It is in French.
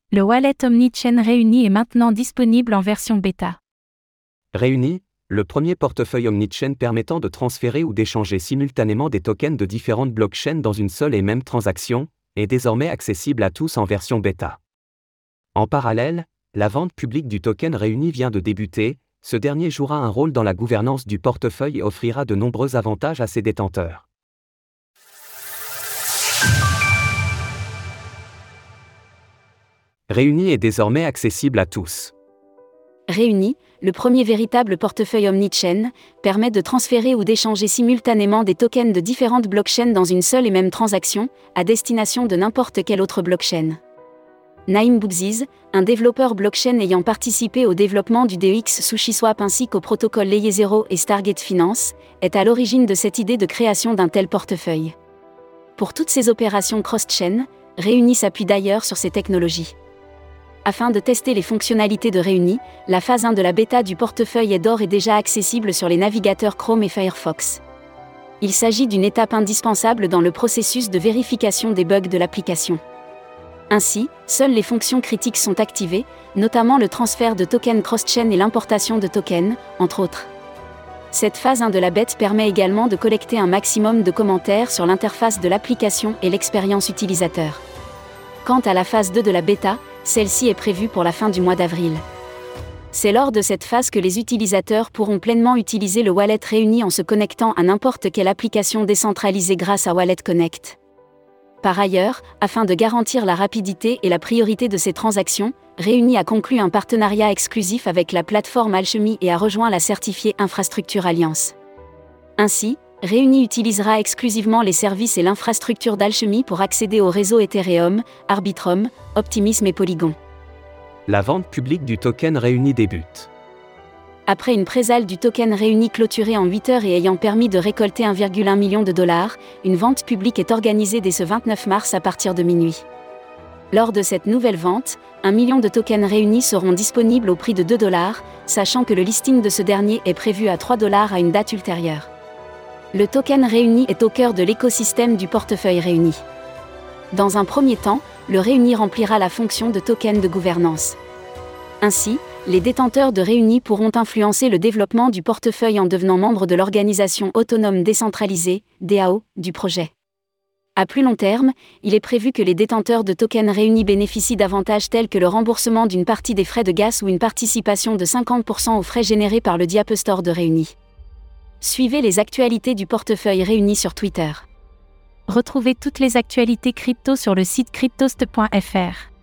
Le wallet Omnichain Réuni est maintenant disponible en version bêta. Réuni, le premier portefeuille Omnichain permettant de transférer ou d'échanger simultanément des tokens de différentes blockchains dans une seule et même transaction, est désormais accessible à tous en version bêta. En parallèle, la vente publique du token Réuni vient de débuter. Ce dernier jouera un rôle dans la gouvernance du portefeuille et offrira de nombreux avantages à ses détenteurs. Réuni est désormais accessible à tous. Réuni, le premier véritable portefeuille Omnichain, permet de transférer ou d'échanger simultanément des tokens de différentes blockchains dans une seule et même transaction, à destination de n'importe quelle autre blockchain. Naïm Bouzid, un développeur blockchain ayant participé au développement du DEX SushiSwap ainsi qu'au protocole Layer 0 et Stargate Finance, est à l'origine de cette idée de création d'un tel portefeuille. Pour toutes ces opérations cross-chain, Réuni s'appuie d'ailleurs sur ces technologies. Afin de tester les fonctionnalités de Réuni, la phase 1 de la bêta du portefeuille est d'ores et déjà accessible sur les navigateurs Chrome et Firefox. Il s'agit d'une étape indispensable dans le processus de vérification des bugs de l'application. Ainsi, seules les fonctions critiques sont activées, notamment le transfert de tokens cross-chain et l'importation de tokens, entre autres. Cette phase 1 de la bêta permet également de collecter un maximum de commentaires sur l'interface de l'application et l'expérience utilisateur. Quant à la phase 2 de la bêta, celle-ci est prévue pour la fin du mois d'avril. C'est lors de cette phase que les utilisateurs pourront pleinement utiliser le wallet Réuni en se connectant à n'importe quelle application décentralisée grâce à Wallet Connect. Par ailleurs, afin de garantir la rapidité et la priorité de ces transactions, Réuni a conclu un partenariat exclusif avec la plateforme Alchemy et a rejoint la certifiée Infrastructure Alliance. Ainsi, Réuni utilisera exclusivement les services et l'infrastructure d'Alchemy pour accéder au réseau Ethereum, Arbitrum, Optimism et Polygon. La vente publique du token Réuni débute. Après une présale du token Réuni clôturée en 8 heures et ayant permis de récolter 1,1 million de dollars, une vente publique est organisée dès ce 29 mars à partir de minuit. Lors de cette nouvelle vente, 1 million de tokens Réuni seront disponibles au prix de 2 $, sachant que le listing de ce dernier est prévu à 3 $ à une date ultérieure. Le token Réuni est au cœur de l'écosystème du portefeuille Réuni. Dans un premier temps, le Réuni remplira la fonction de token de gouvernance. Ainsi, les détenteurs de Réuni pourront influencer le développement du portefeuille en devenant membres de l'organisation autonome décentralisée, DAO, du projet. À plus long terme, il est prévu que les détenteurs de tokens Réuni bénéficient d'avantages tels que le remboursement d'une partie des frais de gaz ou une participation de 50% aux frais générés par le Diape Store de Réuni. Suivez les actualités du portefeuille Réuni sur Twitter. Retrouvez toutes les actualités crypto sur le site cryptost.fr.